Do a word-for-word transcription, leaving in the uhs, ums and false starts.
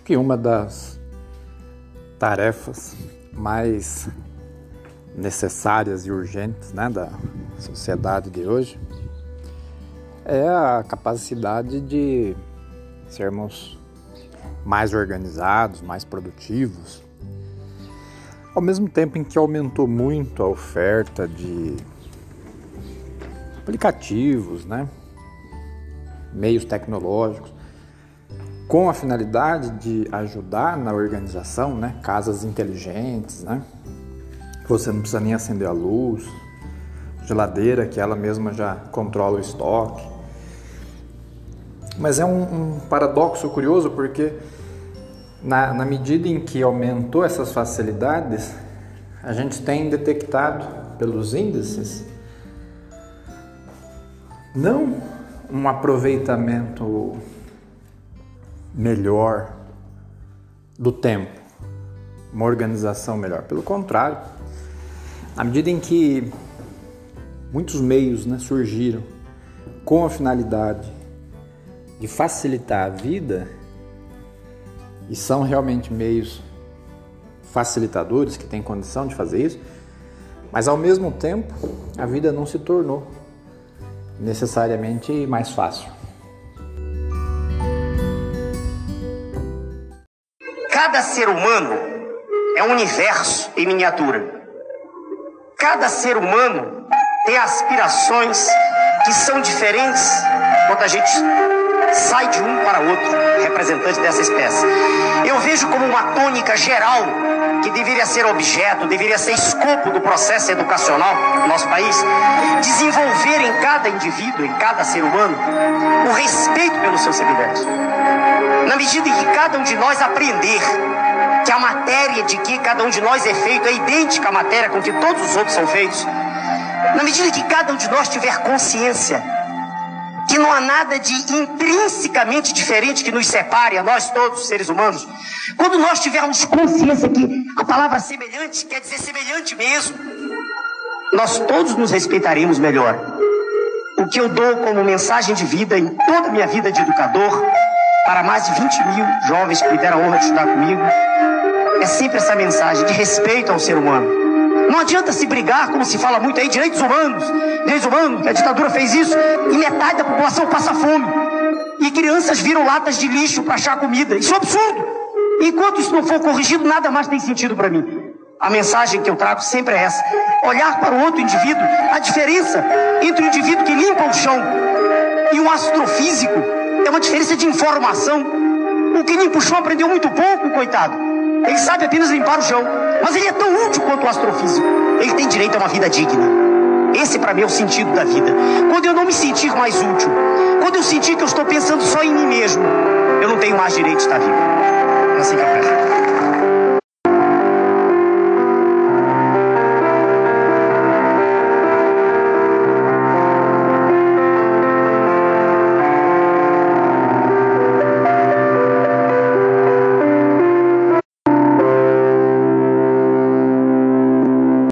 que uma das tarefas mais necessárias e urgentes, né, da sociedade de hoje é a capacidade de sermos mais organizados, mais produtivos, ao mesmo tempo em que aumentou muito a oferta de aplicativos, né, meios tecnológicos, com a finalidade de ajudar na organização, né, casas inteligentes, né, você não precisa nem acender a luz, geladeira que ela mesma já controla o estoque. Mas é um, um paradoxo curioso, porque na, na medida em que aumentou essas facilidades, a gente tem detectado pelos índices não um aproveitamento melhor do tempo, uma organização melhor. Pelo contrário, à medida em que muitos meios, né, surgiram com a finalidade de facilitar a vida, e são realmente meios facilitadores que têm condição de fazer isso, mas ao mesmo tempo a vida não se tornou necessariamente mais fácil. Cada ser humano é um universo em miniatura. Cada ser humano tem aspirações que são diferentes quando a gente sai de um para outro, representante dessa espécie. Eu vejo como uma tônica geral que deveria ser objeto, deveria ser escopo do processo educacional do nosso país, desenvolver em cada indivíduo, em cada ser humano, o respeito pelo seu semelhante. Na medida em que cada um de nós aprender que a matéria de que cada um de nós é feito é idêntica à matéria com que todos os outros são feitos, na medida que cada um de nós tiver consciência que não há nada de intrinsecamente diferente que nos separe a nós todos, seres humanos, quando nós tivermos consciência que a palavra semelhante quer dizer semelhante mesmo, nós todos nos respeitaremos melhor. O que eu dou como mensagem de vida em toda a minha vida de educador, para mais de vinte mil jovens que me deram a honra de estudar comigo, é sempre essa mensagem de respeito ao ser humano. Não adianta se brigar, como se fala muito aí, direitos humanos, direitos humanos, que a ditadura fez isso, e metade da população passa fome. E crianças viram latas de lixo para achar comida. Isso é um absurdo. Enquanto isso não for corrigido, nada mais tem sentido para mim. A mensagem que eu trago sempre é essa: olhar para o outro indivíduo, a diferença entre o indivíduo que limpa o chão e um astrofísico é uma diferença de informação. O que limpa o chão aprendeu muito pouco, coitado. Ele sabe apenas limpar o chão, mas ele é tão útil quanto o astrofísico. Ele tem direito a uma vida digna. Esse para mim é o sentido da vida. Quando eu não me sentir mais útil, quando eu sentir que eu estou pensando só em mim mesmo, eu não tenho mais direito de estar vivo. É assim que eu penso.